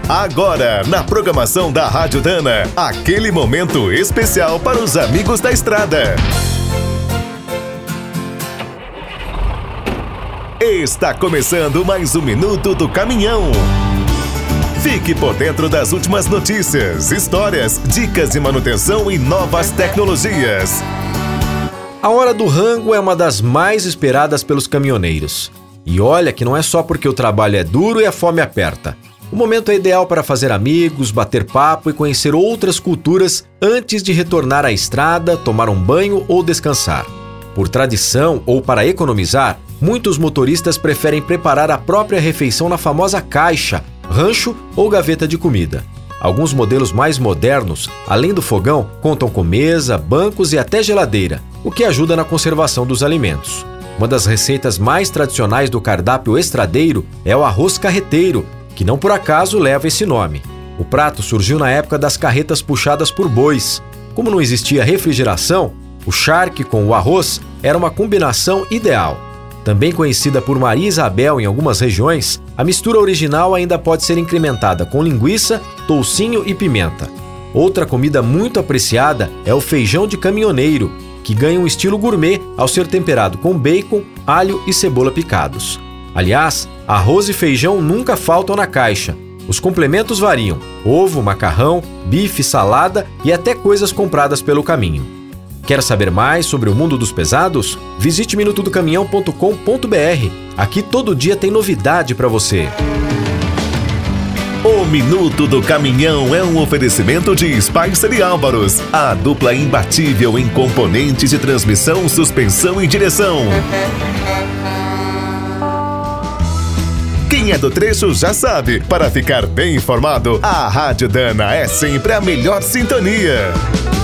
Agora, na programação da Rádio Dana, aquele momento especial para os amigos da estrada. Está começando mais um Minuto do Caminhão. Fique por dentro das últimas notícias, histórias, dicas de manutenção e novas tecnologias. A hora do rango é uma das mais esperadas pelos caminhoneiros. E olha que não é só porque o trabalho é duro e a fome aperta. O momento é ideal para fazer amigos, bater papo e conhecer outras culturas antes de retornar à estrada, tomar um banho ou descansar. Por tradição ou para economizar, muitos motoristas preferem preparar a própria refeição na famosa caixa, rancho ou gaveta de comida. Alguns modelos mais modernos, além do fogão, contam com mesa, bancos e até geladeira, o que ajuda na conservação dos alimentos. Uma das receitas mais tradicionais do cardápio estradeiro é o arroz carreteiro, que não por acaso leva esse nome. O prato surgiu na época das carretas puxadas por bois. Como não existia refrigeração, o charque com o arroz era uma combinação ideal. Também conhecida por Maria Isabel em algumas regiões, a mistura original ainda pode ser incrementada com linguiça, toucinho e pimenta. Outra comida muito apreciada é o feijão de caminhoneiro, que ganha um estilo gourmet ao ser temperado com bacon, alho e cebola picados. Aliás, arroz e feijão nunca faltam na caixa. Os complementos variam: ovo, macarrão, bife, salada e até coisas compradas pelo caminho. Quer saber mais sobre o mundo dos pesados? Visite minutodocaminhão.com.br. Aqui todo dia tem novidade para você. O Minuto do Caminhão é um oferecimento de Spicer e Álvaros, a dupla imbatível em componentes de transmissão, suspensão e direção. Quem é do trecho já sabe, para ficar bem informado, a Rádio Dana é sempre a melhor sintonia.